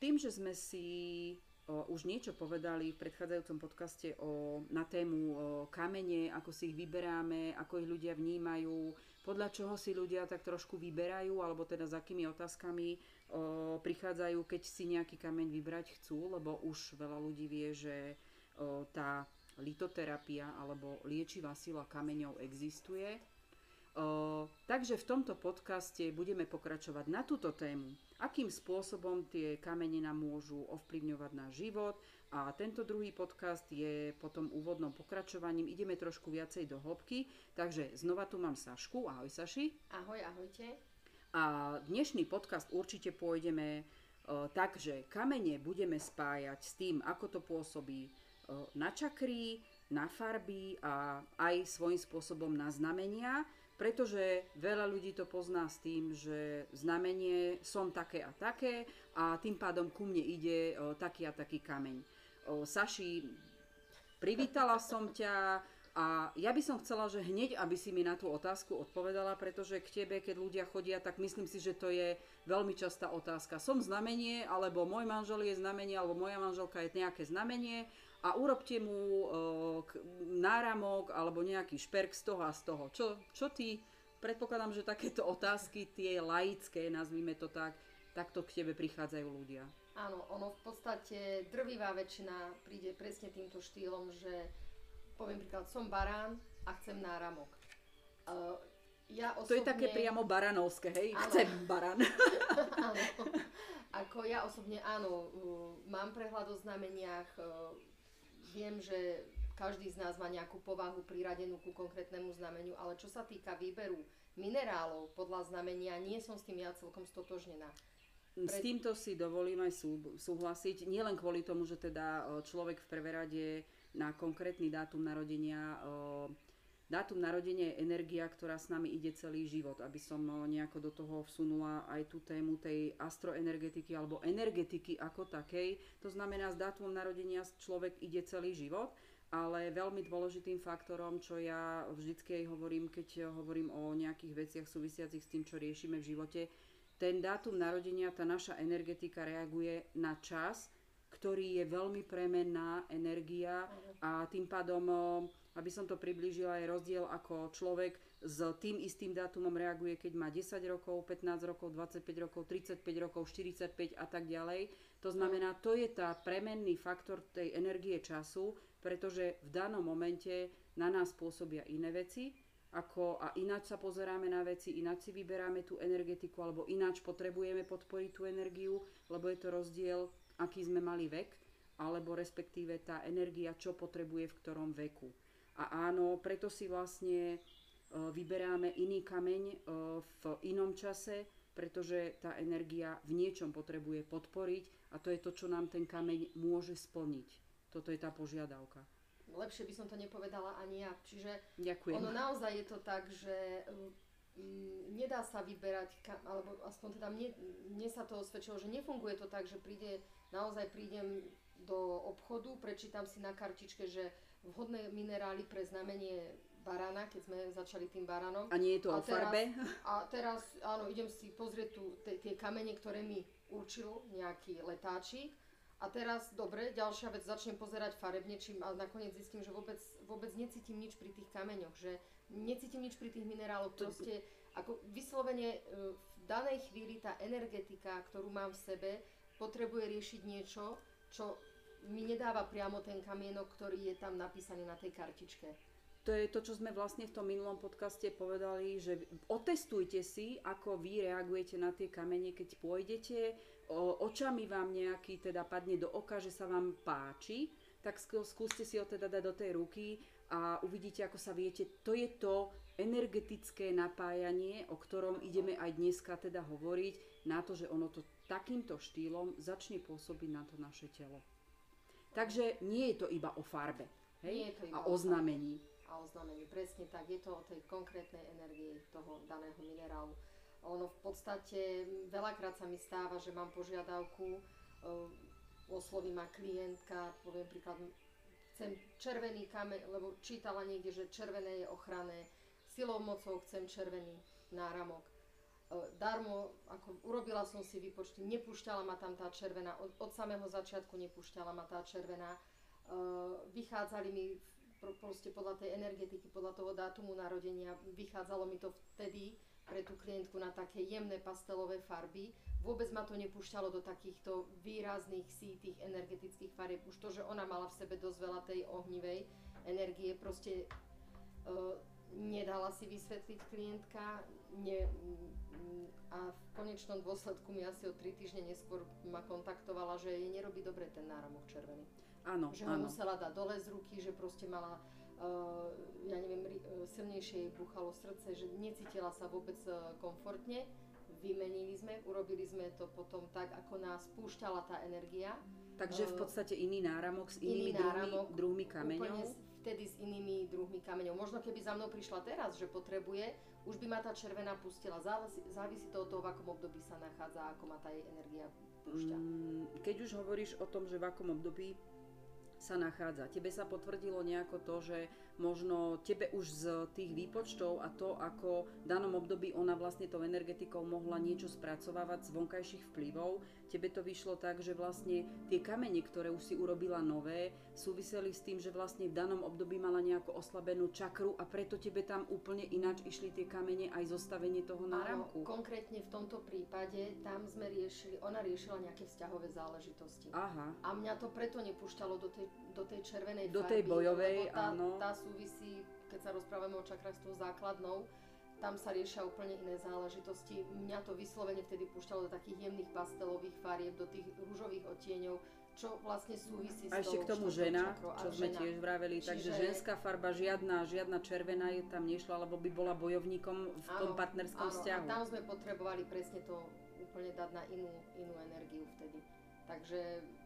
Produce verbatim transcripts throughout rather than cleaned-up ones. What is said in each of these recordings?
tým, že sme si o, už niečo povedali v predchádzajúcom podcaste o, na tému o, kamene, ako si ich vyberáme, ako ich ľudia vnímajú, podľa čoho si ľudia tak trošku vyberajú, alebo teda s akými otázkami o, prichádzajú, keď si nejaký kameň vybrať chcú, lebo už veľa ľudí vie, že o, tá litoterapia alebo liečivá sila kameňov existuje. O, takže v tomto podcaste budeme pokračovať na túto tému, akým spôsobom tie kamene nám môžu ovplyvňovať náš život, a tento druhý podcast je potom úvodnom pokračovaním, ideme trošku viacej do hĺbky, takže znova tu mám Sašku. Ahoj Saši. Ahoj, ahojte. A dnešný podcast určite pôjdeme o, tak, že kamene budeme spájať s tým, ako to pôsobí o, na čakry, na farby a aj svojím spôsobom na znamenia. Pretože veľa ľudí to pozná s tým, že znamenie som také a také a tým pádom ku mne ide o, taký a taký kameň. O, Saši, privítala som ťa a ja by som chcela, že hneď, aby si mi na tú otázku odpovedala, pretože k tebe, keď ľudia chodia, tak myslím si, že to je veľmi častá otázka. Som znamenie, alebo môj manžel je znamenie, alebo moja manželka je nejaké znamenie a urobte mu e, náramok alebo nejaký šperk z toho a z toho. Čo, čo ty? Predpokladám, že takéto otázky, tie laické, nazvime to tak, takto k tebe prichádzajú ľudia. Áno, ono v podstate drvivá väčšina príde presne týmto štýlom, že poviem príklad, som barán a chcem náramok. Uh, ja osobne... To je také priamo baranovské, hej? Áno. Chcem barán. Áno. Ako ja osobne áno, uh, mám prehľad o znameniach, uh, viem, že každý z nás má nejakú povahu priradenú ku konkrétnemu znameniu, ale čo sa týka výberu minerálov podľa znamenia, nie som s tým ja celkom stotožnená. Pred... S týmto si dovolím aj sú, súhlasiť, nielen kvôli tomu, že teda človek v preverade na konkrétny dátum narodenia, dátum narodenia je energia, ktorá s nami ide celý život, aby som nejako do toho vsunula aj tú tému tej astroenergetiky alebo energetiky ako takej. To znamená, s dátumom narodenia človek ide celý život, ale veľmi dôležitým faktorom, čo ja vždycky aj hovorím, keď hovorím o nejakých veciach súvisiacich s tým, čo riešime v živote, ten dátum narodenia, tá naša energetika reaguje na čas, ktorý je veľmi premenná energia a tým pádom, aby som to priblížila, je rozdiel, ako človek s tým istým dátumom reaguje, keď má desať rokov, pätnásť rokov, dvadsaťpäť rokov, tridsaťpäť rokov, štyridsaťpäť a tak ďalej. To znamená, to je tá premenný faktor tej energie času, pretože v danom momente na nás pôsobia iné veci, ako, a ináč sa pozeráme na veci, ináč si vyberáme tú energetiku, alebo ináč potrebujeme podporiť tú energiu, lebo je to rozdiel, aký sme mali vek, alebo respektíve tá energia, čo potrebuje v ktorom veku. A áno, preto si vlastne e, vyberáme iný kameň e, v inom čase, pretože tá energia v niečom potrebuje podporiť a to je to, čo nám ten kameň môže splniť. Toto je tá požiadavka. Lepšie by som to nepovedala ani ja. Čiže Ďakujem. Ono naozaj je to tak, že um, nedá sa vyberať, alebo aspoň teda mne, mne sa to osvedčilo, že nefunguje to tak, že príde, naozaj prídem do obchodu, prečítam si na kartičke, že vhodné minerály pre znamenie barána, keď sme začali tým baránom. A nie je to a o teraz, farbe? A teraz, áno, idem si pozrieť tu, te, tie kamene, ktoré mi určil nejaký letáčik. A teraz, dobre, ďalšia vec, začnem pozerať farebne, čím, ale nakoniec zistím, že vôbec, vôbec necítim nič pri tých kameňoch, že necítim nič pri tých mineráloch, proste ako vyslovene v danej chvíli tá energetika, ktorú mám v sebe, potrebuje riešiť niečo, čo mi nedáva priamo ten kamienok, ktorý je tam napísaný na tej kartičke. To je to, čo sme vlastne v tom minulom podcaste povedali, že otestujte si, ako vy reagujete na tie kamene, keď pôjdete, o, očami vám nejaký teda padne do oka, že sa vám páči, tak skúste si ho teda dať do tej ruky a uvidíte, ako sa viete. To je to energetické napájanie, o ktorom ideme aj dneska teda hovoriť, na to, že ono to takýmto štýlom začne pôsobiť na to naše telo. Takže nie je to iba o farbe, hej? A o znamení. A oznámení. Presne tak, je to o tej konkrétnej energii toho daného minerálu. Ono v podstate, veľakrát sa mi stáva, že mám požiadavku, osloví ma klientka, poviem príklad, chcem červený kameň, lebo čítala niekde, že červené je ochranné, silou mocou chcem červený náramok. darmo, ako urobila som si výpočty, nepúšťala ma tam tá červená, od, od samého začiatku nepúšťala ma tá červená. Uh, vychádzali mi pro, proste podľa tej energetiky, podľa toho dátumu narodenia, vychádzalo mi to vtedy pre tú klientku na také jemné pastelové farby. Vôbec ma to nepúšťalo do takýchto výrazných sítých energetických farieb. Už to, že ona mala v sebe dosť veľa tej ohnivej energie, proste uh, nedala si vysvetliť klientka ne, a v konečnom dôsledku mi asi o tri týždne neskôr ma kontaktovala, že jej nerobí dobre ten náramok červený. Áno, že ho áno. musela dať dole z ruky, že proste mala, uh, ja neviem, uh, silnejšie jej búchalo srdce, že necítila sa vôbec uh, komfortne. Vymenili sme, urobili sme to potom tak, ako nás púšťala tá energia. Takže v podstate iný náramok s inými iný náramok, druhmi, druhmi kameňov? Úplne vtedy s inými druhmi kameňov. Možno keby za mnou prišla teraz, že potrebuje, už by ma tá červená pustila. Závisí, závisí to od toho, v akom období sa nachádza, ako ma tá jej energia púšťa. Keď už hovoríš o tom, že v akom období sa nachádza, tebe sa potvrdilo nejako to, že možno tebe už z tých výpočtov a to, ako v danom období ona vlastne tou energetikou mohla niečo spracovávať z vonkajších vplyvov, tebe to vyšlo tak, že vlastne tie kamene, ktoré už si urobila nové, súviseli s tým, že vlastne v danom období mala nejakú oslabenú čakru a preto tebe tam úplne ináč išli tie kamene aj zostavenie toho náramku. Áno, konkrétne v tomto prípade tam sme riešili, ona riešila nejaké vzťahové záležitosti. Aha. A mňa to preto nepúšťalo do tej, do tej červenej do farby, tej bojovej, lebo tá, áno. tá súvisí, keď sa rozprávame o čakrách s tou základnou, tam sa riešia úplne iné záležitosti. Mňa to vyslovene vtedy púšťalo do takých jemných pastelových farieb, do tých rúžových odtieňov, čo vlastne súvisí s tou a ešte k tomu žena, čakrou, čo sme žena. Tiež vraveli, čiže takže ženská farba, žiadna, žiadna červená je tam nešla, lebo by bola bojovníkom v tom áno, partnerskom áno, vzťahu. A tam sme potrebovali presne to úplne dať na inú, inú energiu vtedy. Takže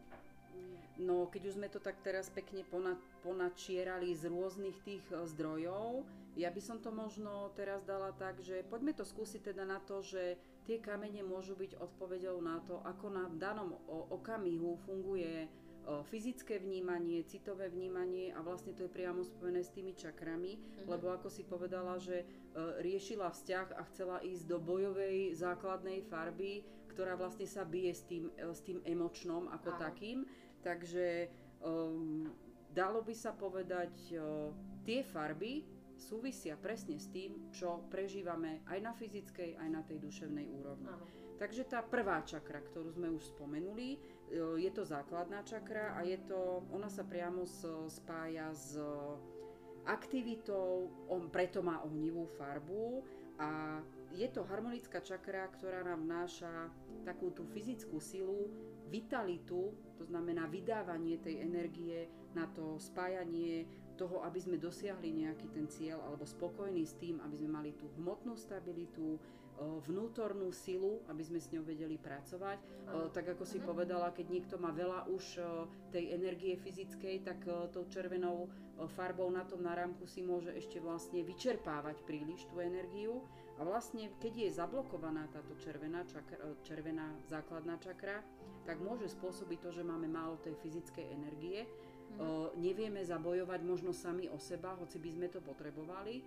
no, keď už sme to tak teraz pekne pona, ponačierali z rôznych tých zdrojov, ja by som to možno teraz dala tak, že poďme to skúsiť teda na to, že tie kamene môžu byť odpoveďou na to, ako na danom okamihu funguje fyzické vnímanie, citové vnímanie a vlastne to je priamo spojené s tými čakrami, uh-huh. lebo ako si povedala, že riešila vzťah a chcela ísť do bojovej základnej farby, ktorá vlastne sa bije s tým, s tým emočnom ako Áno. takým. Takže um, dalo by sa povedať, uh, tie farby súvisia presne s tým, čo prežívame aj na fyzickej, aj na tej duševnej úrovni. Áno. Takže tá prvá čakra, ktorú sme už spomenuli, uh, je to základná čakra a je to, ona sa priamo s, spája s aktivitou, on preto má ohnivú farbu a je to harmonická čakra, ktorá nám vnáša takú tú fyzickú silu, vitalitu, to znamená vydávanie tej energie na to spájanie toho, aby sme dosiahli nejaký ten cieľ alebo spokojní s tým, aby sme mali tú hmotnú stabilitu, vnútornú silu, aby sme s ňou vedeli pracovať. Aha. Tak ako si Aha. povedala, keď niekto má veľa už tej energie fyzickej, tak tou červenou farbou na tom náramku si môže ešte vlastne vyčerpávať príliš tú energiu. A vlastne, keď je zablokovaná táto červená, čakra, červená základná čakra, tak môže spôsobiť to, že máme málo tej fyzickej energie. Mhm. O, nevieme zabojovať možno sami o seba, hoci by sme to potrebovali.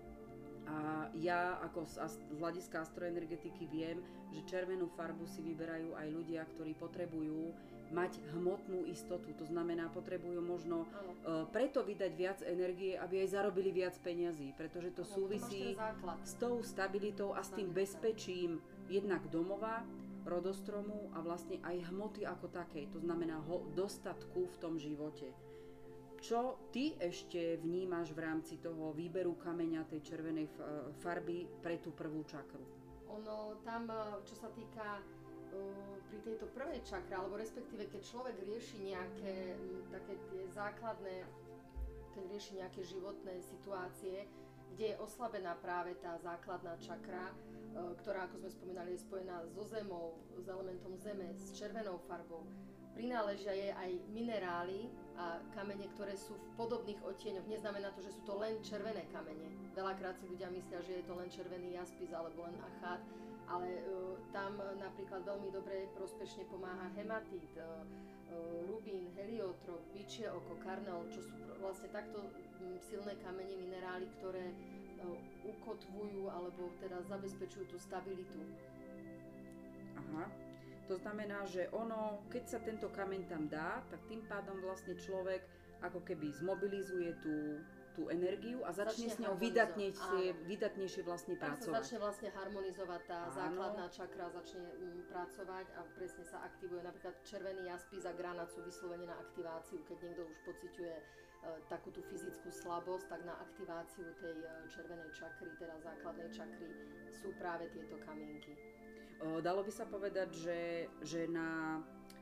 A ja ako z, z hľadiska astroenergetiky viem, že červenú farbu si vyberajú aj ľudia, ktorí potrebujú mať hmotnú istotu. To znamená, potrebujú možno uh, preto vydať viac energie, aby aj zarobili viac peňazí, pretože to súvisí s tou stabilitou a s tým bezpečím jednak domova, rodostromu a vlastne aj hmoty ako takej. To znamená ho, dostatku v tom živote. Čo ty ešte vnímaš v rámci toho výberu kameňa tej červenej farby pre tú prvú čakru? Ono tam, čo sa týka pri tejto prvej čakre, alebo respektíve keď človek rieši nejaké také tie základné, keď rieši nejaké životné situácie, kde je oslabená práve tá základná čakra, ktorá, ako sme spomínali, je spojená so zemou, s elementom zeme, s červenou farbou. Prináležia jej aj minerály a kamene, ktoré sú v podobných odtieňoch. Neznamená to, že sú to len červené kamene. Veľakrát si ľudia myslia, že je to len červený jaspis alebo len achát, ale uh, tam napríklad veľmi dobre prospešne pomáha hematit, uh, uh, rubín, heliotrop, bičie oko, karnel, čo sú vlastne takto um, silné kamene, minerály, ktoré ukotvujú alebo teda zabezpečujú tú stabilitu. Aha. To znamená, že ono, keď sa tento kameň tam dá, tak tým pádom vlastne človek ako keby zmobilizuje tú, tú energiu a začne, začne s ňou vydatnejšie, vydatnejšie vlastne tam pracovať. Sa začne vlastne harmonizovať tá Áno. základná čakra, začne um, pracovať a presne sa aktivuje. Napríklad červený jaspis a granát sú vyslovene na aktiváciu. Keď niekto už pociťuje uh, takú tú fyzickú slabosť, tak na aktiváciu tej uh, červenej čakry, teda základnej čakry, sú práve tieto kamienky. Dalo by sa povedať, že, že na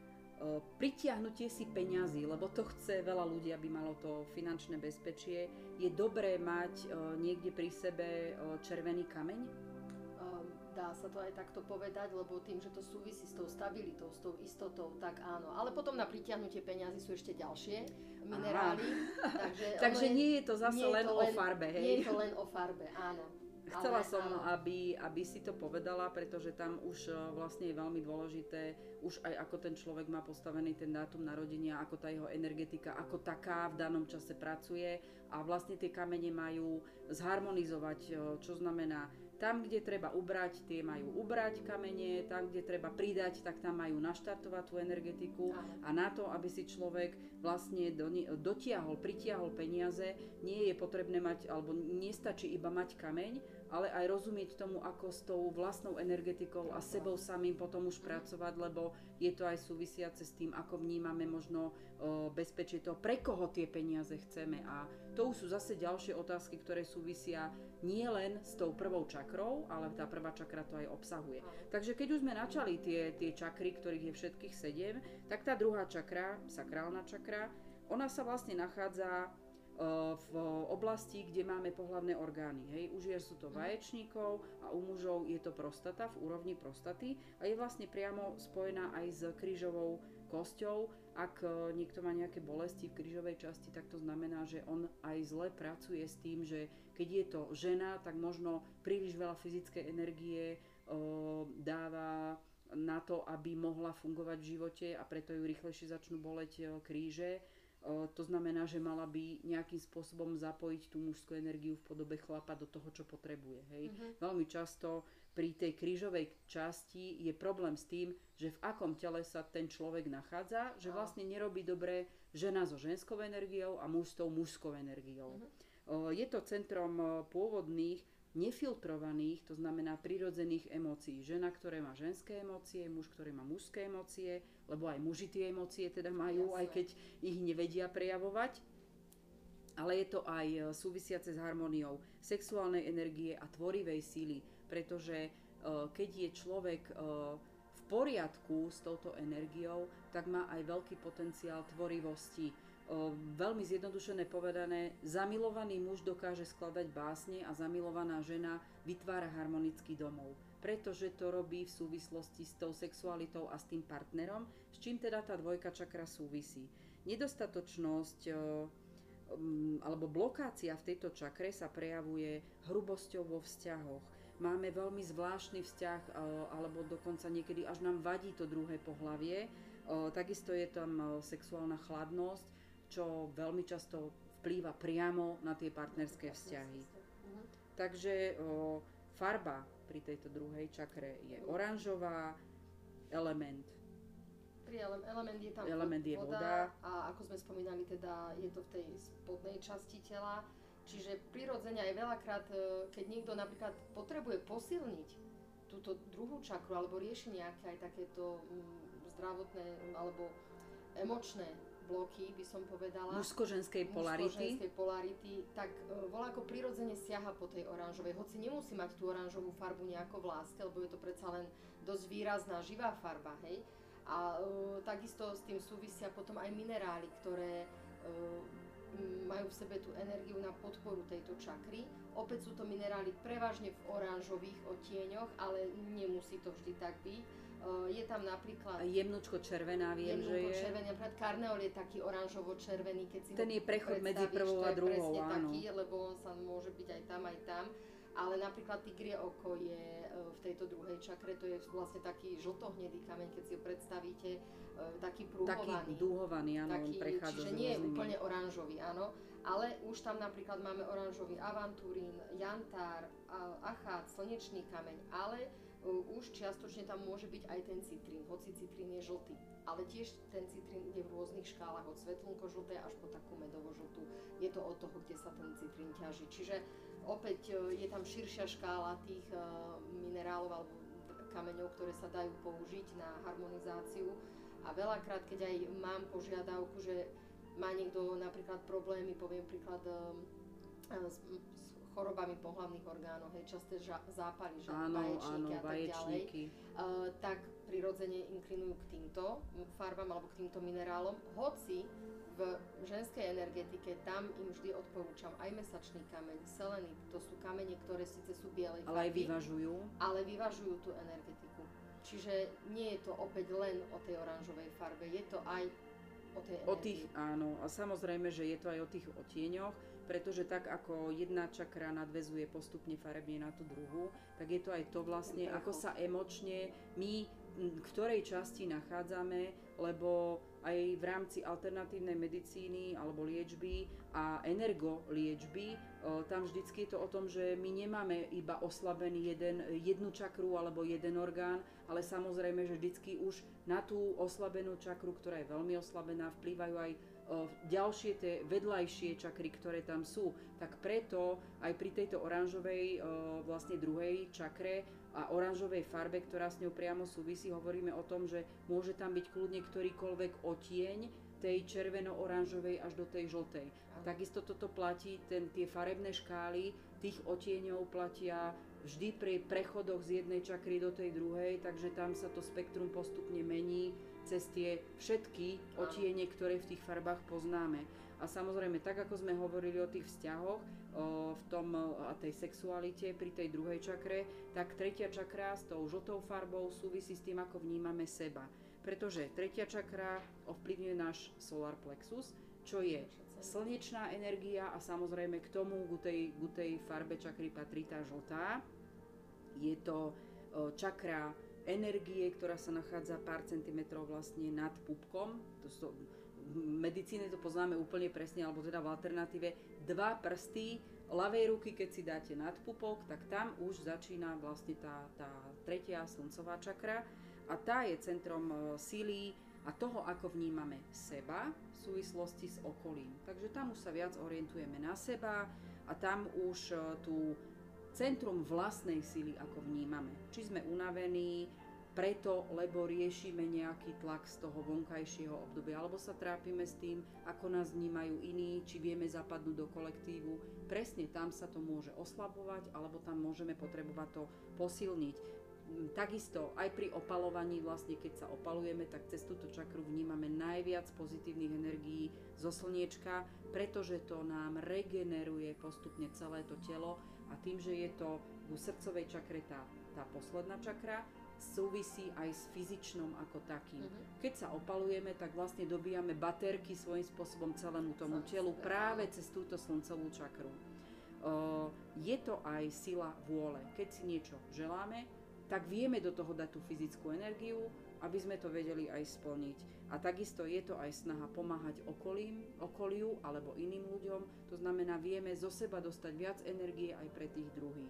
o, pritiahnutie si peňazí, lebo to chce veľa ľudí, aby malo to finančné bezpečie, je dobré mať o, niekde pri sebe o, červený kameň? Um, dá sa to aj takto povedať, lebo tým, že to súvisí s tou stabilitou, s tou istotou, tak áno. Ale potom na pritiahnutie peňazí sú ešte ďalšie minerály. takže takže je, nie je to zase len, len o farbe, hej? Nie je to len o farbe, áno. Chcela ale, som, aby, aby si to povedala, pretože tam už vlastne je veľmi dôležité, už aj ako ten človek má postavený ten dátum narodenia, ako tá jeho energetika, ako taká v danom čase pracuje a vlastne tie kamene majú zharmonizovať, čo znamená, tam, kde treba ubrať, tie majú ubrať kamene, tam, kde treba pridať, tak tam majú naštartovať tú energetiku a na to, aby si človek vlastne dotiahol, pritiahol peniaze, nie je potrebné mať, alebo nestačí iba mať kameň, ale aj rozumieť tomu, ako s tou vlastnou energetikou a sebou samým potom už pracovať, lebo je to aj súvisiace s tým, ako vnímame možno o, bezpečie toho, pre koho tie peniaze chceme. A to už sú zase ďalšie otázky, ktoré súvisia nie len s tou prvou čakrou, ale tá prvá čakra to aj obsahuje. Takže keď už sme načali tie, tie čakry, ktorých je všetkých sedem, tak tá druhá čakra, sakrálna čakra, ona sa vlastne nachádza v oblasti, kde máme pohlavné orgány. Hej. U žien sú to vaječníkov a u mužov je to prostata, v úrovni prostaty a je vlastne priamo spojená aj s krížovou kosťou. Ak niekto má nejaké bolesti v krížovej časti, tak to znamená, že on aj zle pracuje s tým, že keď je to žena, tak možno príliš veľa fyzickej energie o, dáva na to, aby mohla fungovať v živote a preto ju rýchlejšie začnú boleť o, kríže. O, to znamená, že mala by nejakým spôsobom zapojiť tú mužskú energiu v podobe chlapa do toho, čo potrebuje. Hej. Mm-hmm. Veľmi často pri tej krížovej časti je problém s tým, že v akom tele sa ten človek nachádza, že vlastne nerobí dobre žena so ženskou energiou a muž s tou mužskou energiou. Mm-hmm. O, je to centrom pôvodných nefiltrovaných, to znamená prirodzených emócií. Žena, ktoré má ženské emócie, muž, ktorý má mužské emócie, lebo aj muži tie emócie teda majú, Jasne. Aj keď ich nevedia prejavovať. Ale je to aj súvisiace s harmóniou sexuálnej energie a tvorivej síly, pretože uh, keď je človek uh, v poriadku s touto energiou, tak má aj veľký potenciál tvorivosti. O, veľmi zjednodušené povedané, zamilovaný muž dokáže skladať básne a zamilovaná žena vytvára harmonický domov. Pretože to robí v súvislosti s tou sexualitou a s tým partnerom, s čím teda tá dvojka čakra súvisí. Nedostatočnosť o, um, alebo blokácia v tejto čakre sa prejavuje hrubosťou vo vzťahoch. Máme veľmi zvláštny vzťah o, alebo dokonca niekedy až nám vadí to druhé pohlavie. O, takisto je tam o, sexuálna chladnosť, čo veľmi často vplýva priamo na tie partnerské vzťahy. Uh-huh. Takže o, farba pri tejto druhej čakre je oranžová, element. Pri ele- element je tam element je voda, voda a ako sme spomínali, teda je to v tej spodnej časti tela. Čiže prirodzene aj veľakrát, keď niekto napríklad potrebuje posilniť túto druhú čakru alebo rieši nejaké aj takéto mm, zdravotné alebo emočné bloky, by som povedala. Mužsko-ženskej polarity. Mužsko-ženskej polarity, tak e, voľako prirodzene siaha po tej oranžovej. Hoci nemusí mať tú oranžovú farbu nejako v láske, lebo je to predsa len dosť výrazná živá farba, hej. A e, takisto s tým súvisia potom aj minerály, ktoré e, majú v sebe tú energiu na podporu tejto čakry. Opäť sú to minerály prevažne v oranžových odtieňoch, ale nemusí to vždy tak byť. Je tam napríklad jemnúčko červená, viem, že je. Červený, napríklad karneol je taký oranžovo-červený, keď si ten je prechod medzi prvou a druhou, to je presne áno. taký, lebo on sa môže byť aj tam, aj tam. Ale napríklad tigrie oko je e, v tejto druhej čakre, to je vlastne taký žltohnedý kameň, keď si ho predstavíte, e, taký prúhovaný. Taký dúhovaný, áno, taký, on prechádza čiže s nie je rôznymi. úplne oranžový, áno. Ale už tam napríklad máme oranžový avanturín, jantár, achát, slnečný kameň, ale uh, už čiastočne tam môže byť aj ten citrín, hoci citrín je žltý. Ale tiež ten citrín ide v rôznych škálach, od svetlnko-žlté až po takú medovo-žltú. Je to od toho, kde sa ten citrín ťaží. Čiže opäť uh, je tam širšia škála tých uh, minerálov alebo kameňov, ktoré sa dajú použiť na harmonizáciu. A veľakrát, keď aj mám požiadavku, že má niekto napríklad problémy, poviem príklad um, s, s chorobami pohlavných orgánov, hej, časté ža- zápaly, že áno, vaječníky áno, a tak vaječníky. ďalej, uh, tak prirodzene inklinujú k týmto farbám alebo k týmto minerálom, hoci v ženskej energetike tam im vždy odporúčam aj mesačný kameň, selenit, to sú kamene, ktoré síce sú bielej farby, Ale aj vyvažujú. ale vyvažujú tú energetiku. Čiže nie je to opäť len o tej oranžovej farbe, je to aj o tej O tých, áno, a samozrejme, že je to aj o tých odtieňoch, pretože tak ako jedna čakra nadväzuje postupne farebne na tú druhú, tak je to aj to vlastne, ako sa emočne my v ktorej časti nachádzame, lebo aj v rámci alternatívnej medicíny alebo liečby a energoliečby, tam vždycky je to o tom, že my nemáme iba oslabený jeden, jednu čakru alebo jeden orgán, ale samozrejme, že vždycky už na tú oslabenú čakru, ktorá je veľmi oslabená, vplývajú aj ďalšie tie vedľajšie čakry, ktoré tam sú. Tak preto aj pri tejto oranžovej vlastne druhej čakre a oranžovej farbe, ktorá s ňou priamo súvisí, hovoríme o tom, že môže tam byť kľudne ktorýkoľvek odtieň tej červeno-oranžovej až do tej žltej. Takisto toto platí, ten, tie farebné škály tých odtieňov platia vždy pri prechodoch z jednej čakry do tej druhej, takže tam sa to spektrum postupne mení cez tie všetky odtiene, ktoré v tých farbách poznáme. A samozrejme, tak ako sme hovorili o tých vzťahoch, o, v tom a tej sexualite pri tej druhej čakre, tak tretia čakra s tou žltou farbou súvisí s tým, ako vnímame seba. Pretože tretia čakra ovplyvňuje náš solar plexus, čo je slnečná energia a samozrejme k tomu, ku tej, ku tej farbe čakry patrí tá žltá. Je to o, čakra energie, ktorá sa nachádza pár centimetrov vlastne nad pupkom. To sú, v medicíne to poznáme úplne presne, alebo teda v alternatíve dva prsty ľavej ruky, keď si dáte nad pupok, tak tam už začína vlastne tá, tá tretia slncová čakra a tá je centrom síly a toho, ako vnímame seba v súvislosti s okolím. Takže tam už sa viac orientujeme na seba a tam už tú centrum vlastnej sily, ako vnímame. Či sme unavení, preto, lebo riešime nejaký tlak z toho vonkajšieho obdobia, alebo sa trápime s tým, ako nás vnímajú iní, či vieme zapadnúť do kolektívu. Presne tam sa to môže oslabovať, alebo tam môžeme potrebovať to posilniť. Takisto aj pri opalovaní, vlastne keď sa opalujeme, tak cez túto čakru vnímame najviac pozitívnych energií zo slniečka, pretože to nám regeneruje postupne celé to telo a tým, že je to v srdcovej čakre tá, tá posledná čakra, súvisí aj s fyzičnom ako takým. Uh-huh. Keď sa opalujeme, tak vlastne dobíjame baterky svojím spôsobom celému tomu telu práve cez túto slncovú čakru. Uh, je to aj sila vôle. Keď si niečo želáme, tak vieme do toho dať tú fyzickú energiu, aby sme to vedeli aj splniť. A takisto je to aj snaha pomáhať okolím, okoliu alebo iným ľuďom. To znamená, vieme zo seba dostať viac energie aj pre tých druhých.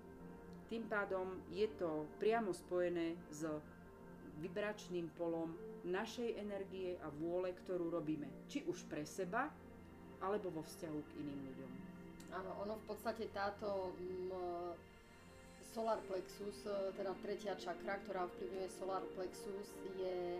Tým pádom je to priamo spojené s vibračným polom našej energie a vôle, ktorú robíme. Či už pre seba, alebo vo vzťahu k iným ľuďom. Áno, ono v podstate táto m, solar plexus, teda tretia čakra, ktorá ovplyvňuje solar plexus, je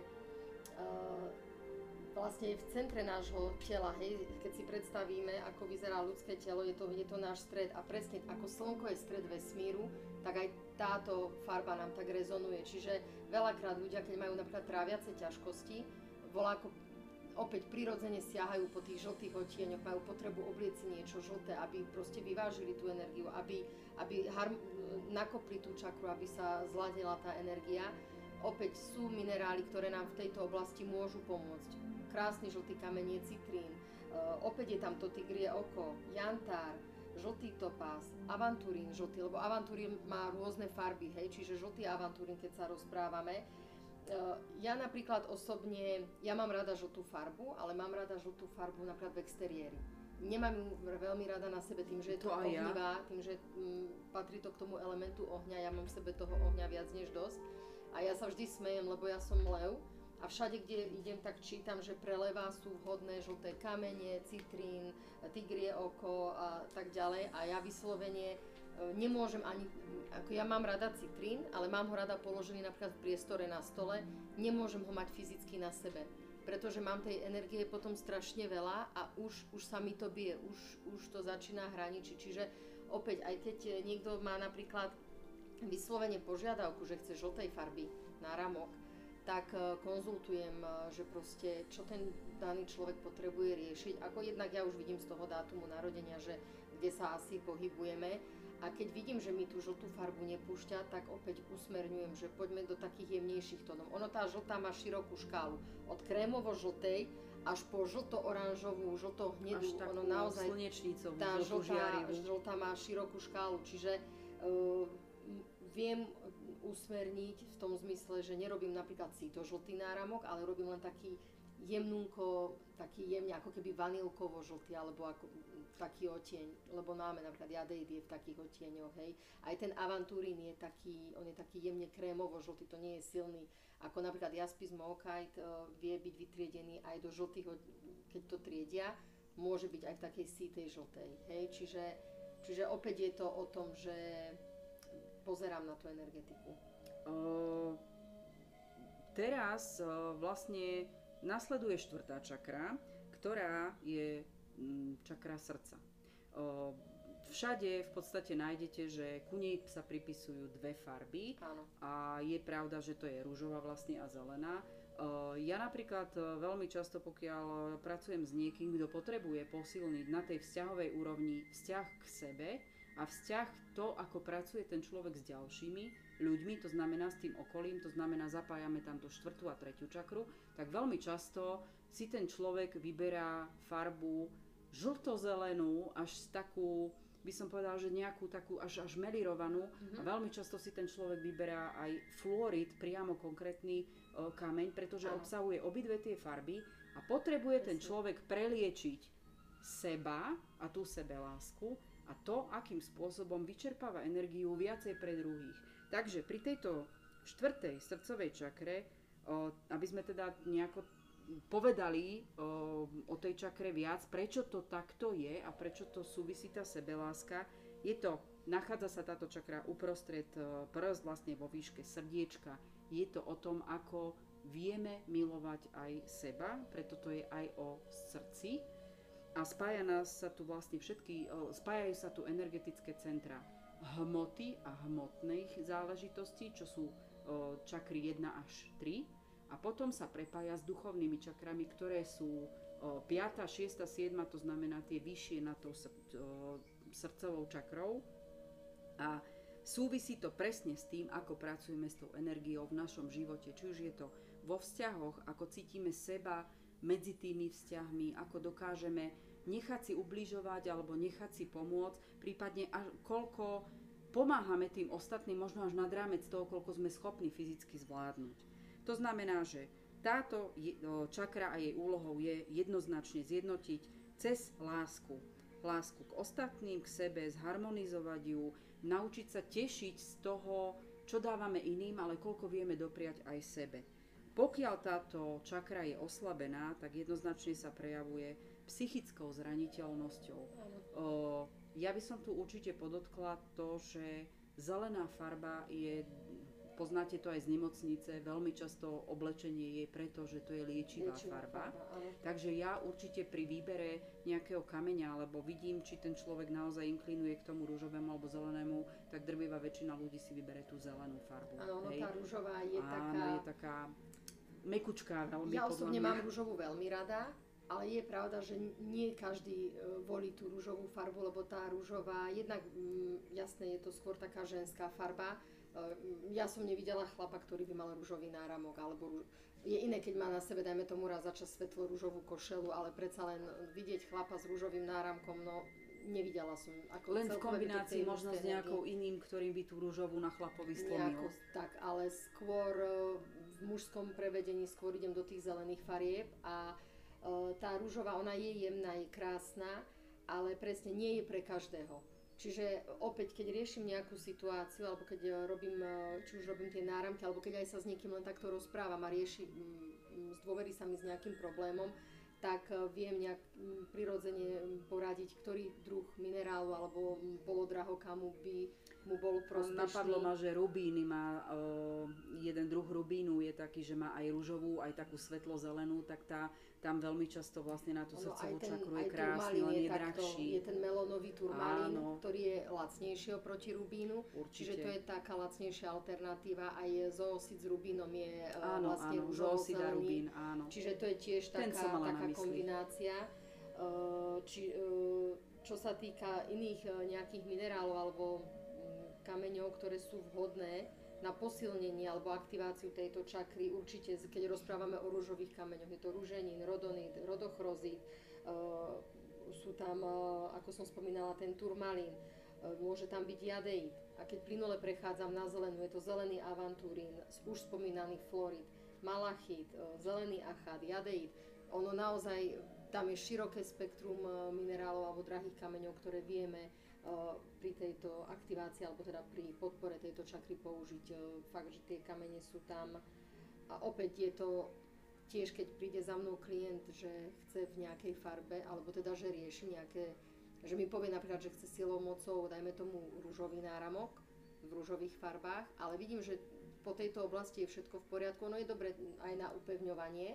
uh, vlastne v centre nášho tela, hej, keď si predstavíme, ako vyzerá ľudské telo, je to, je to náš stred a presne ako slnko je stred vesmíru, tak aj táto farba nám tak rezonuje. Čiže veľakrát ľudia, keď majú napríklad tráviace ťažkosti, voláko opäť prirodzene siahajú po tých žltých odtieňoch, majú potrebu obliec si niečo žlté, aby proste vyvážili tú energiu, aby, aby harm, nakopli tú čakru, aby sa zladila tá energia. Opäť sú minerály, ktoré nám v tejto oblasti môžu pomôcť. Krásny žltý kameň je citrín, uh, opäť je tam to tigrie oko, jantár, žltý topaz, avanturín žltý, lebo avanturín má rôzne farby, hej, čiže žltý avanturín, keď sa rozprávame. Ja napríklad osobne, ja mám rada žltú farbu, ale mám rada žltú farbu napríklad v exteriéri. Nemám ju veľmi rada na sebe tým, že je to, to ohnivá, ja. tým, že m, patrí to k tomu elementu ohňa, ja mám v sebe toho ohňa viac než dosť. A ja sa vždy smejem, lebo ja som lev a všade, kde idem, tak čítam, že pre leva sú vhodné žlté kamene, citrín, tigrie oko a tak ďalej. A ja vyslovene nemôžem ani, ako ja mám rada citrín, ale mám ho rada položený napríklad v priestore na stole, nemôžem ho mať fyzicky na sebe, pretože mám tej energie potom strašne veľa a už, už sa mi to bije, už, už to začína hraničiť, čiže opäť, aj keď niekto má napríklad vyslovene požiadavku, že chce žltej farby na ramok, tak konzultujem, že proste čo ten daný človek potrebuje riešiť, ako jednak ja už vidím z toho dátumu narodenia, že kde sa asi pohybujeme. A keď vidím, že mi tú žltú farbu nepúšťa, tak opäť usmerňujem, že poďme do takých jemnejších tónov. Ono tá žltá má širokú škálu. Od krémovo-žltej až po žlto-oranžovú, žlto-hnedú. Ono naozaj tá žltá, žltá má širokú škálu. Čiže uh, viem usmerniť v tom zmysle, že nerobím napríklad cíto-žltý náramok, ale robím len taký jemnúnko, taký jemne ako keby vanilkovo-žltý, alebo ako taký odtieň, lebo máme napríklad jadeid je v takých odtieňoch, hej. Aj ten avanturín je taký, on je taký jemne krémovo-žltý, to nie je silný. Ako napríklad jaspis Mookite uh, vie byť vytriedený aj do žltých, keď to triedia, môže byť aj v takej sítej žltej, hej. Čiže, čiže opäť je to o tom, že pozerám na tú energetiku. Uh, teraz uh, vlastne nasleduje štvrtá čakra, ktorá je čakra srdca. Všade v podstate nájdete, že ku nej sa pripisujú dve farby. Áno. A je pravda, že to je ružová vlastne a zelená. Ja napríklad veľmi často, pokiaľ pracujem s niekým, kto potrebuje posilniť na tej vzťahovej úrovni vzťah k sebe a vzťah to, ako pracuje ten človek s ďalšími ľuďmi, to znamená s tým okolím, to znamená zapájame tam tú štvrtú a tretiu čakru, tak veľmi často si ten človek vyberá farbu žlto-zelenú, až takú, by som povedala, že nejakú takú až, až melirovanú. Mm-hmm. A veľmi často si ten človek vyberá aj fluorid, priamo konkrétny uh, kameň, pretože Aha. obsahuje obidve tie farby a potrebuje ten človek preliečiť seba a tú sebelásku a to, akým spôsobom vyčerpáva energiu viacej pre druhých. Takže pri tejto štvrtej srdcovej čakre, uh, aby sme teda nejako povedali o, o tej čakre viac, prečo to takto je a prečo to súvisí tá sebeláska. Je to, nachádza sa táto čakra uprostred prst, vlastne vo výške srdiečka. Je to o tom, ako vieme milovať aj seba, preto to je aj o srdci. A spája nás sa tu vlastne všetky, spájajú sa tu energetické centra hmoty a hmotných záležitostí, čo sú čakry jedna až tri. A potom sa prepája s duchovnými čakrami, ktoré sú piata, šiesta, siedma, to znamená tie vyššie nad tou srdcovou čakrou. A súvisí to presne s tým, ako pracujeme s tou energiou v našom živote. Či už je to vo vzťahoch, ako cítime seba medzi tými vzťahmi, ako dokážeme nechať si ubližovať alebo nechať si pomôcť, prípadne až koľko pomáhame tým ostatným, možno až nad rámec toho, koľko sme schopní fyzicky zvládnuť. To znamená, že táto čakra a jej úlohou je jednoznačne zjednotiť cez lásku. Lásku k ostatným, k sebe, zharmonizovať ju, naučiť sa tešiť z toho, čo dávame iným, ale koľko vieme dopriať aj sebe. Pokiaľ táto čakra je oslabená, tak jednoznačne sa prejavuje psychickou zraniteľnosťou. Ja by som tu určite podotkla to, že zelená farba je... Poznáte to aj z nemocnice, veľmi často oblečenie je preto, že to je liečivá, liečivá farba. farba Takže ja určite pri výbere nejakého kameňa, alebo vidím, či ten človek naozaj inklinuje k tomu rúžovému alebo zelenému, tak drvivá väčšina ľudí si vybere tú zelenú farbu. Áno, no tá rúžová je Áno, taká... je taká mekučká veľmi. Ja osobne mám rúžovú veľmi rada, ale je pravda, že nie každý volí tú rúžovú farbu, lebo tá rúžová, jednak mm, jasné, je to skôr taká ženská farba. Ja som nevidela chlapa, ktorý by mal rúžový náramok, alebo rúž... je iné, keď má na sebe, dajme tomu raz za čas svetlo rúžovú košelu, ale predsa len vidieť chlapa s rúžovým náramkom, no nevidela som. Ako Len v kombinácii možno s nejakou iným, ktorým by tú rúžovú na chlapovi stlomil. Tak, ale skôr v mužskom prevedení skôr idem do tých zelených farieb a tá rúžová, ona je jemná, je krásna, ale presne nie je pre každého. Čiže opäť, keď riešim nejakú situáciu, alebo keď robím, či už robím tie náramky, alebo keď aj sa s niekým len takto rozprávam a rieši, zdôverí sa mi s nejakým problémom, tak viem nejak prirodzene poradiť, ktorý druh minerálu alebo polodrahokamu by mu bol prospešný. Napadlo ma, že rubíny má, uh, jeden druh rubínu je taký, že má aj ružovú, aj takú svetlo-zelenú, tak tá tam veľmi často vlastne na tú ono, srdcovú ten, čakru je krásny, len je drahší. Je ten melónový turmalín, áno, ktorý je lacnejší oproti rubínu. Určite. Čiže to je taká lacnejšia alternatíva. Aj zoocid s rubínom je áno, vlastne rúžovo-zelený. Čiže to je tiež taká, taká kombinácia. Či, čo sa týka iných nejakých minerálov alebo kameňov, ktoré sú vhodné na posilnenie alebo aktiváciu tejto čakry, určite, keď rozprávame o rúžových kameňoch, je to rúženín, rodonit, rodochrozit, uh, sú tam, uh, ako som spomínala, ten turmalín, uh, môže tam byť jadeit. A keď plynule prechádzam na zelenú, je to zelený avanturín, už spomínaný florid, malachit, uh, zelený achát, jadeit. Ono naozaj, tam je široké spektrum uh, minerálov alebo drahých kameňov, ktoré vieme pri tejto aktivácii alebo teda pri podpore tejto čakry použiť. Fakt, že tie kamene sú tam. A opäť je to tiež, keď príde za mnou klient, že chce v nejakej farbe, alebo teda, že rieši nejaké, že mi povie napríklad, že chce silou mocou, dajme tomu rúžový náramok v rúžových farbách, ale vidím, že po tejto oblasti je všetko v poriadku. Ono je dobre aj na upevňovanie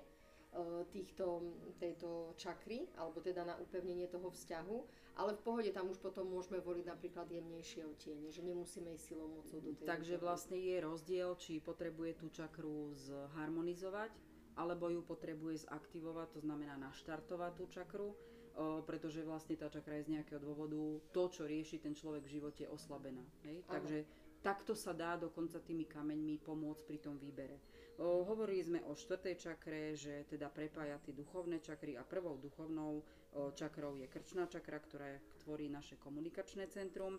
týchto, tejto čakry, alebo teda na upevnenie toho vzťahu, ale v pohode tam už potom môžeme voliť napríklad jemnejšie odtiene, že nemusíme ísť silou mocou do tej. Takže vlastne je rozdiel, či potrebuje tú čakru zharmonizovať, alebo ju potrebuje zaktivovať, to znamená naštartovať tú čakru, o, pretože vlastne tá čakra je z nejakého dôvodu to, čo rieši ten človek v živote, je oslabená. Hej? Takže takto sa dá dokonca tými kameňmi pomôcť pri tom výbere. O, hovorili sme o štvrtej čakre, že teda prepája tie duchovné čakry a prvou duchovnou o, čakrou je krčná čakra, ktorá tvorí naše komunikačné centrum.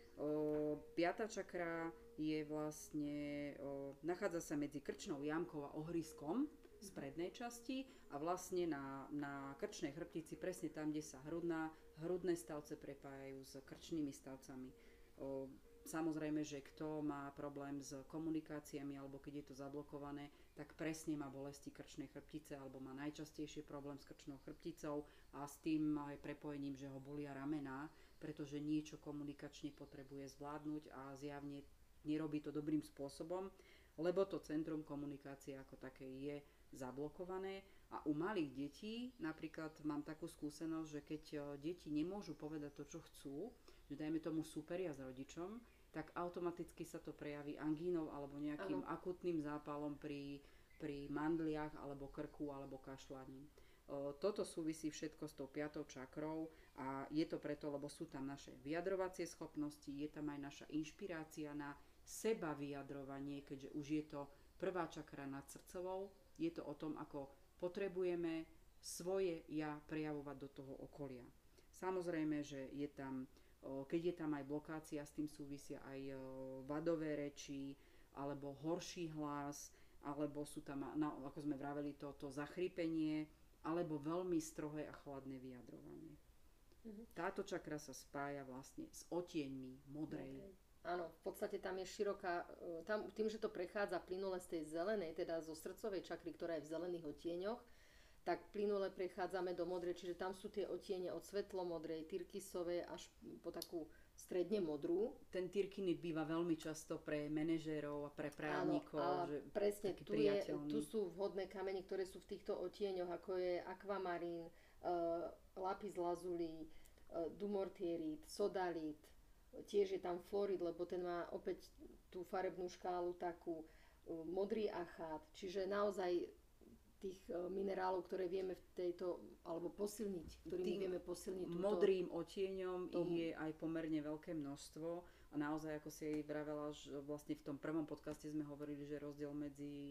O, piata čakra je vlastne, o, nachádza sa medzi krčnou jamkou a ohriskom z prednej časti a vlastne na, na krčnej chrbtici, presne tam, kde sa hrudná, hrudné stavce prepájajú s krčnými stavcami. O, Samozrejme, že kto má problém s komunikáciami alebo keď je to zablokované, tak presne má bolesti krčnej chrbtice alebo má najčastejšie problém s krčnou chrbticou a s tým aj prepojením, že ho bolia ramená, pretože niečo komunikačne potrebuje zvládnuť a zjavne nerobí to dobrým spôsobom, lebo to centrum komunikácie ako také je zablokované. A u malých detí napríklad mám takú skúsenosť, že keď deti nemôžu povedať to, čo chcú, že dajme tomu súperia s rodičom, tak automaticky sa to prejaví angínou alebo nejakým ano. akutným zápalom pri, pri mandliach alebo krku alebo kašľaní. Toto súvisí všetko s tou piatou čakrou a je to preto, lebo sú tam naše vyjadrovacie schopnosti, je tam aj naša inšpirácia na seba vyjadrovanie, keďže už je to prvá čakra nad srdcovou, je to o tom, ako potrebujeme svoje ja prejavovať do toho okolia. Samozrejme, že je tam keď je tam aj blokácia, s tým súvisia aj vadové reči, alebo horší hlas, alebo sú tam, no, ako sme vraveli, toto zachrípenie, alebo veľmi strohé a chladné vyjadrovanie. Mhm. Táto čakra sa spája vlastne s odtieňmi modrej. Okay. Áno, v podstate tam je široká, tam, tým, že to prechádza plynule z tej zelenej, teda zo srdcovej čakry, ktorá je v zelených odtieňoch, tak plynule prechádzame do modrej, čiže tam sú tie odtiene od svetlomodrej, tyrkysovej až po takú stredne modrú. Ten tyrkynit býva veľmi často pre manažérov a pre právnikov. Áno, a že presne, tu, je, tu sú vhodné kamene, ktoré sú v týchto odtieňoch, ako je akvamarín, uh, lapis lazuli, uh, dumortierit, sodalit, tiež je tam florid, lebo ten má opäť tú farebnú škálu takú, uh, modrý achát, čiže naozaj tých minerálov, ktoré vieme v tejto, alebo posilniť, ktorými vieme posilniť túto... Modrým odtieňom tomu. Ich je aj pomerne veľké množstvo a naozaj, ako si aj vravela, že vlastne v tom prvom podcaste sme hovorili, že rozdiel medzi,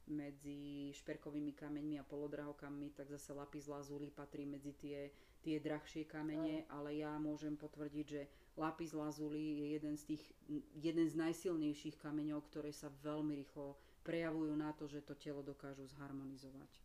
medzi šperkovými kameňmi a polodrahokammi, tak zase lapis lazuli patrí medzi tie, tie drahšie kamene, aj. Ale ja môžem potvrdiť, že lapis lazuli je jeden z tých, jeden z najsilnejších kameňov, ktoré sa veľmi rýchlo prejavujú na to, že to telo dokážu zharmonizovať.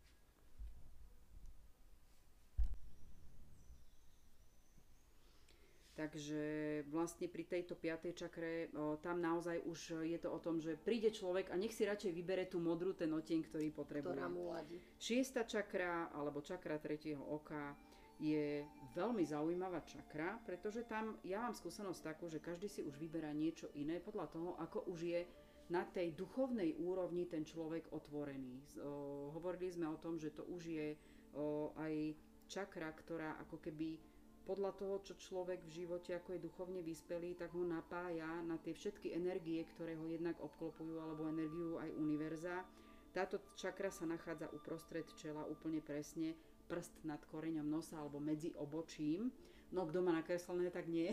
Takže vlastne pri tejto piatej čakre o, tam naozaj už je to o tom, že príde človek a nech si radšej vybere tú modrú, ten odtieň, ktorý potrebuje. Ktorá mu ladí. Šiesta čakra, alebo čakra tretieho oka, je veľmi zaujímavá čakra, pretože tam ja mám skúsenosť takú, že každý si už vyberá niečo iné podľa toho, ako už je na tej duchovnej úrovni ten človek otvorený. O, hovorili sme o tom, že to už je o, aj čakra, ktorá ako keby podľa toho, čo človek v živote ako je duchovne vyspelý, tak ho napája na tie všetky energie, ktoré ho jednak obklopujú, alebo energiu aj univerza. Táto čakra sa nachádza uprostred čela úplne presne, prst nad koreňom nosa alebo medzi obočím. No, kto má nakreslené, tak nie.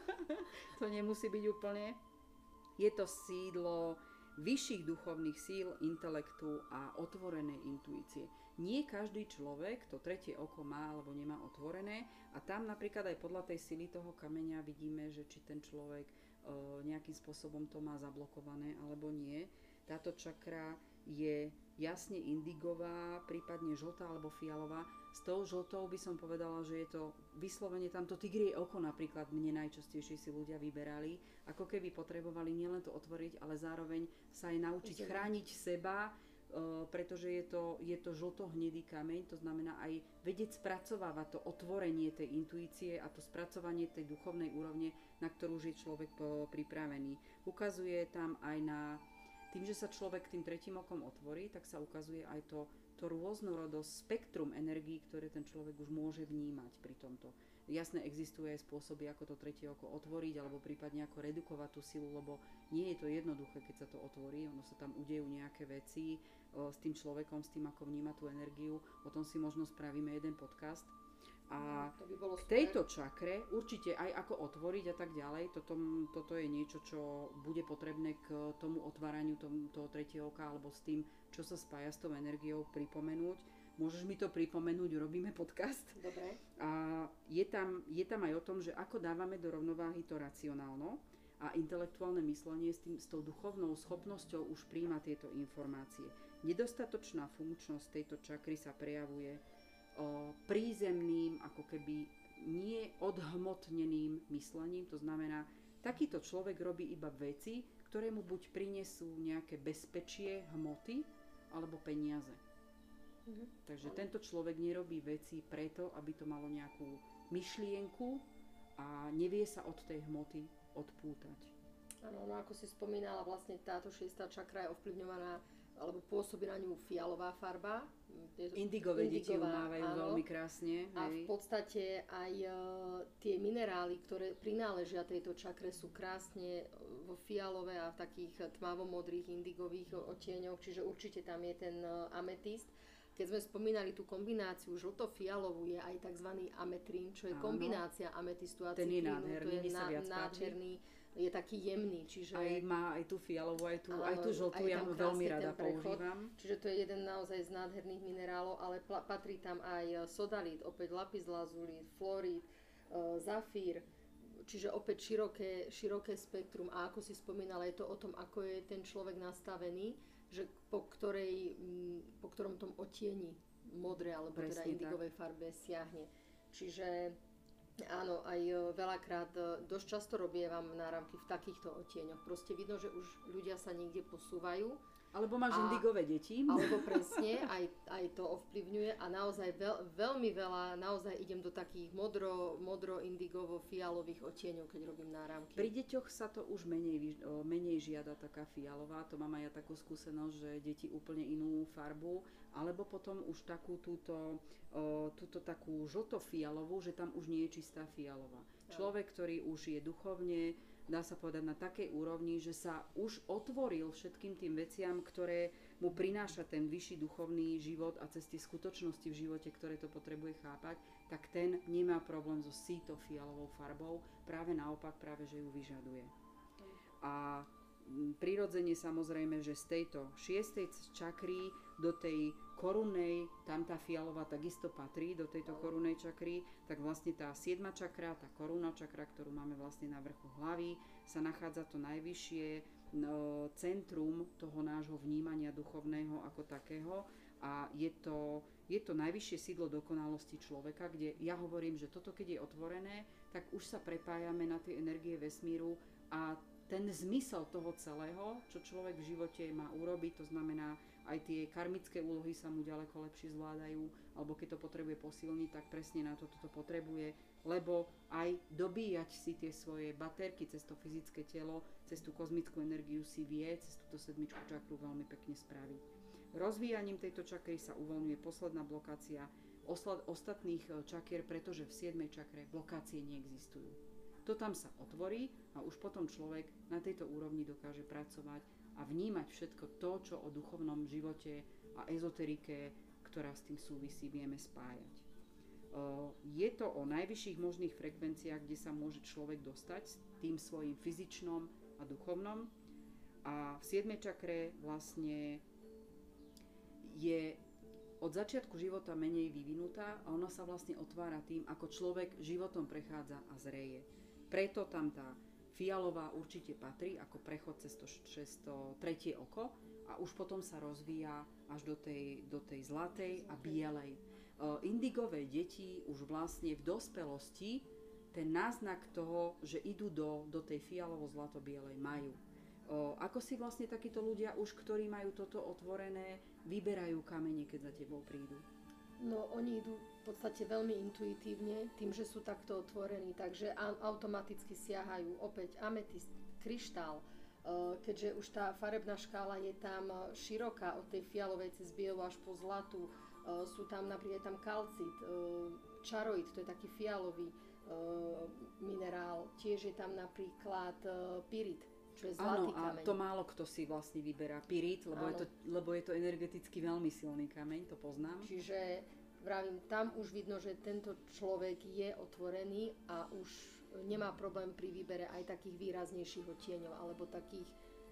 To nemusí byť úplne. Je to sídlo vyšších duchovných síl, intelektu a otvorenej intuície. Nie každý človek to tretie oko má alebo nemá otvorené a tam napríklad aj podľa tej sily toho kameňa vidíme, že či ten človek e, nejakým spôsobom to má zablokované alebo nie. Táto čakra je jasne indigová, prípadne žltá alebo fialová. S tou žltou by som povedala, že je to vyslovene tamto tigrie oko napríklad mne najčastejšie si ľudia vyberali, ako keby potrebovali nielen to otvoriť, ale zároveň sa aj naučiť Zem. chrániť seba, Uh, pretože je to, je to žlto-hnedý kameň, to znamená aj vedieť spracovávať to otvorenie tej intuície a to spracovanie tej duchovnej úrovne, na ktorú už je človek po, pripravený. Ukazuje tam aj na tým, že sa človek tým tretím okom otvorí, tak sa ukazuje aj to, to rôznorodosť, spektrum energií, ktoré ten človek už môže vnímať pri tomto. Jasné, existuje aj spôsoby, ako to tretie oko otvoriť, alebo prípadne ako redukovať tú silu, lebo nie je to jednoduché, keď sa to otvorí, ono sa tam udejú nejaké veci o, s tým človekom, s tým, ako vníma tú energiu. O tom si možno spravíme jeden podcast. A to by bolo k tejto čakre určite aj ako otvoriť a tak ďalej, toto, toto je niečo, čo bude potrebné k tomu otváraniu tom, toho tretieho oka, alebo s tým, čo sa spája s tou energiou, pripomenúť. Môžeš mi to pripomenúť, urobíme podcast. Dobre. A je tam, je tam aj o tom, že ako dávame do rovnováhy to racionálno a intelektuálne myslenie s, tým, s tou duchovnou schopnosťou už príjma tieto informácie. Nedostatočná funkčnosť tejto čakry sa prejavuje o, prízemným, ako keby nie odhmotneným myslením. To znamená, takýto človek robí iba veci, ktoré mu buď prinesú nejaké bezpečie, hmoty, alebo peniaze. Mhm. Takže tento človek nerobí veci preto, aby to malo nejakú myšlienku a nevie sa od tej hmoty odpútať. Áno, no ako si spomínala, vlastne táto šiesta čakra je ovplyvňovaná, alebo pôsobí na ňu fialová farba. Indigové deti ju mávajú veľmi krásne. A hej. V podstate aj uh, tie minerály, ktoré prináležia tejto čakre, sú krásne vo fialové a v takých tmavo-modrých indigových odtieňoch, čiže určite tam je ten uh, ametist. Keď sme spomínali tú kombináciu žlto-fialovú, je aj tzv. Ametrín, čo je Áno. kombinácia ametistu a citrínu. Ten je nádherný, to je ná, nádherný, je taký jemný. Čiže aj má aj tú fialovú, aj tú, aj tú žltú, ja mu veľmi rada používam. Čiže to je jeden naozaj z nádherných minerálov, ale pl- patrí tam aj sodalit, opäť lapis lazuli, fluorid, e, zafír, čiže opäť široké, široké spektrum. A ako si spomínala, je to o tom, ako je ten človek nastavený, že po, ktorej, po ktorom tom odtieni modré alebo Presne teda indigovej tak. farbe siahne. Čiže áno, aj veľakrát dosť často robievam náramky v takýchto odtieňoch. Proste vidno, že už ľudia sa niekde posúvajú. Alebo máš a, indigové deti. Alebo presne, aj, aj to ovplyvňuje a naozaj veľ, veľmi veľa, naozaj idem do takých modro, modro indigovo fialových odtieňov, keď robím náramky. Pri deťoch sa to už menej, menej žiada taká fialová, to mám aj ja takú skúsenosť, že deti úplne inú farbu, alebo potom už takú túto, túto takú žlto-fialovú, že tam už nie je čistá fialová. Ja. Človek, ktorý už je duchovne, dá sa povedať, na takej úrovni, že sa už otvoril všetkým tým veciam, ktoré mu prináša ten vyšší duchovný život a cez tie skutočnosti v živote, ktoré to potrebuje chápať, tak ten nemá problém so síto fialovou farbou, práve naopak, práve že ju vyžaduje. A prirodzene samozrejme, že z tejto šiestej čakry do tej korunnej, tam tá fialová takisto patrí do tejto korunnej čakry, tak vlastne tá siedma čakra, tá korunná čakra, ktorú máme vlastne na vrchu hlavy, sa nachádza to najvyššie no, centrum toho nášho vnímania duchovného ako takého a je to, je to najvyššie sídlo dokonalosti človeka, kde ja hovorím, že toto keď je otvorené, tak už sa prepájame na tie energie vesmíru a ten zmysel toho celého, čo človek v živote má urobiť, to znamená, aj tie karmické úlohy sa mu ďaleko lepšie zvládajú, alebo keď to potrebuje posilniť, tak presne na to toto potrebuje, lebo aj dobíjať si tie svoje baterky cez to fyzické telo, cez tú kozmickú energiu si vie, cez túto sedmičku čakru veľmi pekne spraviť. Rozvíjaním tejto čakry sa uvoľňuje posledná blokácia ostatných čakier, pretože v siedmej čakre blokácie neexistujú. To tam sa otvorí a už potom človek na tejto úrovni dokáže pracovať a vnímať všetko to, čo o duchovnom živote a ezoterike, ktorá s tým súvisí, vieme spájať. Je to o najvyšších možných frekvenciách, kde sa môže človek dostať s tým svojím fyzičnom a duchovnom. A v siedmej čakre vlastne je od začiatku života menej vyvinutá a ona sa vlastne otvára tým, ako človek životom prechádza a zreje. Preto tam tá fialová určite patrí ako prechod cez to, cez to tretie oko a už potom sa rozvíja až do tej, do tej zlatej a bielej. Uh, indigové deti už vlastne v dospelosti ten náznak toho, že idú do, do tej fialovo-zlato-bielej majú. Uh, ako si vlastne takíto ľudia už, ktorí majú toto otvorené, vyberajú kamene, keď za tebou prídu? No, oni idú v podstate veľmi intuitívne, tým, že sú takto otvorení, takže automaticky siahajú opäť ametist, kryštál, keďže už tá farebná škála je tam široká, od tej fialovej cez bielu až po zlatu, sú tam napríklad tam kalcit, čaroid, to je taký fialový minerál, tiež je tam napríklad pyrit, čo je zlatý kameň. Áno, a to málo kto si vlastne vyberá pyrit, lebo je, to, lebo je to energeticky veľmi silný kameň, to poznám. Čiže vravím, tam už vidno, že tento človek je otvorený a už nemá problém pri výbere aj takých výraznejších odtieňov, alebo takých,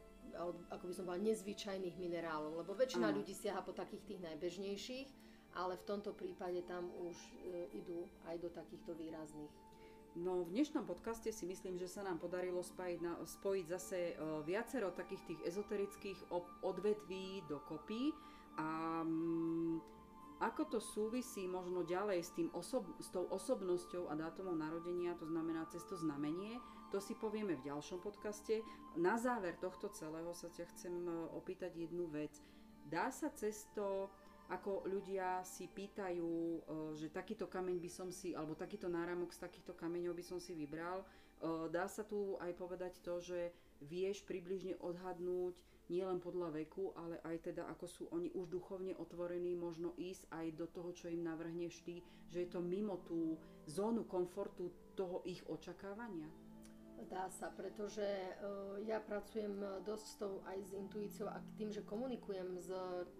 ako by som povedala, nezvyčajných minerálov, lebo väčšina Áno. ľudí siaha po takých tých najbežnejších, ale v tomto prípade tam už e, idú aj do takýchto výrazných. No v dnešnom podcaste si myslím, že sa nám podarilo spojiť, na, spojiť zase uh, viacero takých tých ezoterických ob- odvetví dokopy a um, ako to súvisí možno ďalej s, tým osob- s tou osobnosťou a dátumom narodenia, to znamená cez to znamenie, to si povieme v ďalšom podcaste. Na záver tohto celého sa ťa chcem uh, opýtať jednu vec. Dá sa cez to, ako ľudia si pýtajú, že takýto kameň by som si, alebo takýto náramok z takýchto kameňov by som si vybral. Dá sa tu aj povedať to, že vieš približne odhadnúť nielen podľa veku, ale aj teda ako sú oni už duchovne otvorení, možno ísť aj do toho, čo im navrhneš ty, že je to mimo tú zónu komfortu toho ich očakávania? Dá sa, pretože uh, ja pracujem dosť s tou aj s intuíciou a tým, že komunikujem s,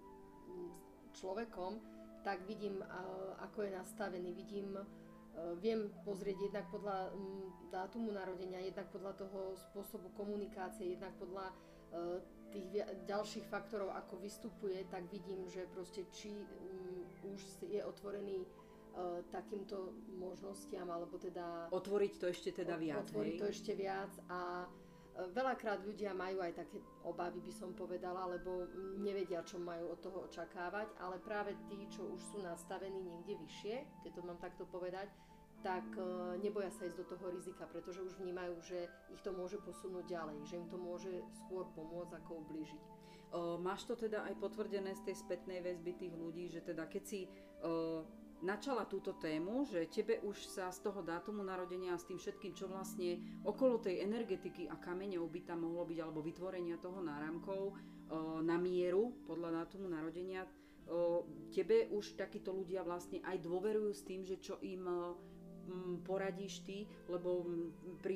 s človekom, tak vidím, ako je nastavený. Vidím, viem pozrieť jednak podľa dátumu narodenia, jednak podľa toho spôsobu komunikácie, jednak podľa tých ďalších faktorov, ako vystupuje, tak vidím, že proste či už je otvorený takýmto možnostiam, alebo teda... Otvoriť to ešte teda viac, Otvoriť hej? to ešte viac a veľakrát ľudia majú aj také obavy, by som povedala, lebo nevedia, čo majú od toho očakávať, ale práve tí, čo už sú nastavení niekde vyššie, keď to mám takto povedať, tak neboja sa ísť do toho rizika, pretože už vnímajú, že ich to môže posunúť ďalej, že im to môže skôr pomôcť, ako ublížiť. O, máš to teda aj potvrdené z tej spätnej väzby tých ľudí, že teda keď si... O, načala túto tému, že tebe už sa z toho dátumu narodenia a s tým všetkým, čo vlastne okolo tej energetiky a kameňov by tam mohlo byť, alebo vytvorenia toho náramkov na mieru podľa dátumu narodenia, tebe už takíto ľudia vlastne aj dôverujú s tým, že čo im poradíš ty, lebo pri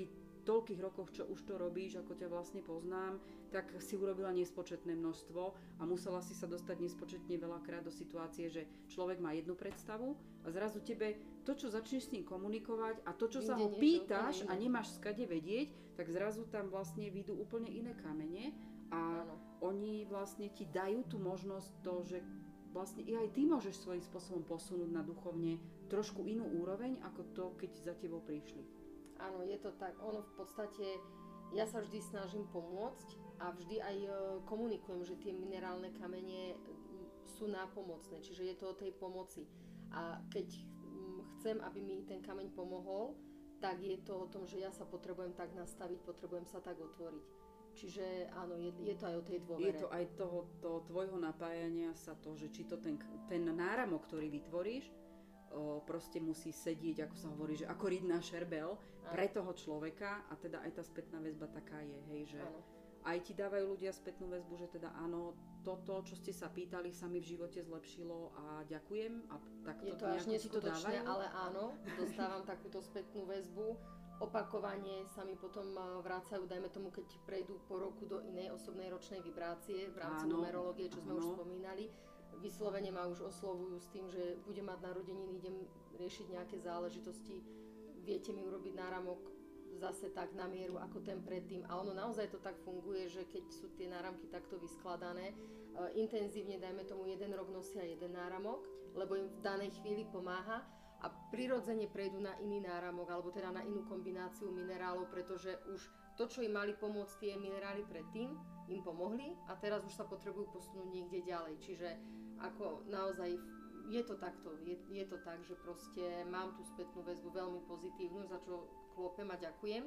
toľkých rokoch, čo už to robíš, ako ťa vlastne poznám, tak si urobila nespočetné množstvo a musela si sa dostať nespočetne veľakrát do situácie, že človek má jednu predstavu a zrazu tebe to, čo začneš s ním komunikovať a to, čo sa ho pýtaš a nemáš skade vedieť, tak zrazu tam vlastne vyjdú úplne iné kamene a áno. Oni vlastne ti dajú tú možnosť to, že vlastne i aj ty môžeš svojím spôsobom posunúť na duchovne trošku inú úroveň, ako to, keď za tebou prišli. Áno, je to tak. Ono v podstate, ja sa vždy snažím pomôcť a vždy aj komunikujem, že tie minerálne kamene sú nápomocné, čiže je to o tej pomoci. A keď chcem, aby mi ten kameň pomohol, tak je to o tom, že ja sa potrebujem tak nastaviť, potrebujem sa tak otvoriť. Čiže áno, je, je to aj o tej dôvere. Je to aj toho, toho tvojho napájania sa to, že či to ten, ten náramok, ktorý vytvoríš, o, proste musí sedieť, ako sa hovorí, že ako rydná šerbel áno. pre toho človeka a teda aj tá spätná väzba taká je, hej, že áno. aj ti dávajú ľudia spätnú väzbu, že teda áno, toto, čo ste sa pýtali, sa mi v živote zlepšilo a ďakujem a takto je to až neskutočné, ale áno, dostávam takúto spätnú väzbu. Opakovane sa mi potom vracajú, dajme tomu, keď prejdú po roku do inej osobnej ročnej vibrácie v rámci áno, numerológie, čo sme áno. už spomínali. Vyslovene ma už oslovujú s tým, že budem mať narodeniny, idem riešiť nejaké záležitosti. Viete mi urobiť náramok zase tak na mieru ako ten predtým. A ono naozaj to tak funguje, že keď sú tie náramky takto vyskladané, intenzívne, dajme tomu, jeden rok nosia jeden náramok, lebo im v danej chvíli pomáha. A prirodzene prejdú na iný náramok, alebo teda na inú kombináciu minerálov, pretože už to, čo im mali pomôcť tie minerály predtým, im pomohli a teraz už sa potrebujú posunúť niekde ďalej. Čiže ako naozaj je to takto, je, je to tak, že proste mám tú spätnú väzbu veľmi pozitívnu, za čo klopem a ďakujem.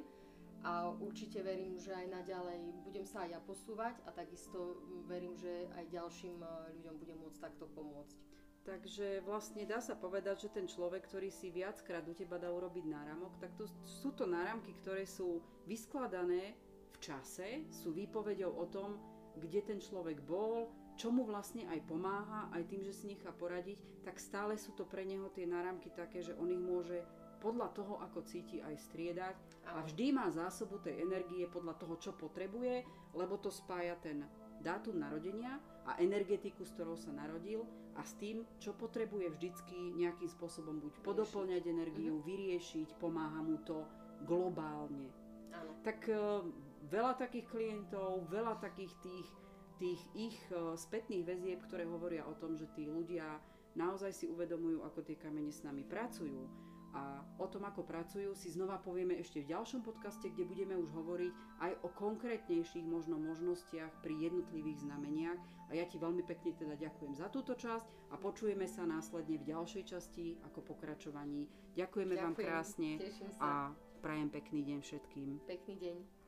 A určite verím, že aj naďalej budem sa aj ja posúvať a takisto verím, že aj ďalším ľuďom budem môcť takto pomôcť. Takže vlastne dá sa povedať, že ten človek, ktorý si viackrát u teba dá urobiť náramok, tak to sú to náramky, ktoré sú vyskladané v čase, sú výpovedou o tom, kde ten človek bol, čo mu vlastne aj pomáha, aj tým, že si nechá poradiť, tak stále sú to pre neho tie náramky také, že on ich môže podľa toho, ako cíti, aj striedať a vždy má zásobu tej energie podľa toho, čo potrebuje, lebo to spája ten dátum narodenia a energetiku, s ktorou sa narodil a s tým, čo potrebuje vždycky nejakým spôsobom buď podopĺňať energiu, uh-huh. vyriešiť, pomáha mu to globálne. Áno. Tak uh, veľa takých klientov, veľa takých tých, tých ich uh, spätných väzieb, ktoré hovoria o tom, že tí ľudia naozaj si uvedomujú, ako tie kamene s nami pracujú. A o tom, ako pracujú, si znova povieme ešte v ďalšom podcaste, kde budeme už hovoriť aj o konkrétnejších možno možnostiach pri jednotlivých znameniach. A ja ti veľmi pekne teda ďakujem za túto časť a počujeme sa následne v ďalšej časti ako pokračovaní. Ďakujeme Ďakujem, vám krásne a prajem pekný deň všetkým. Pekný deň.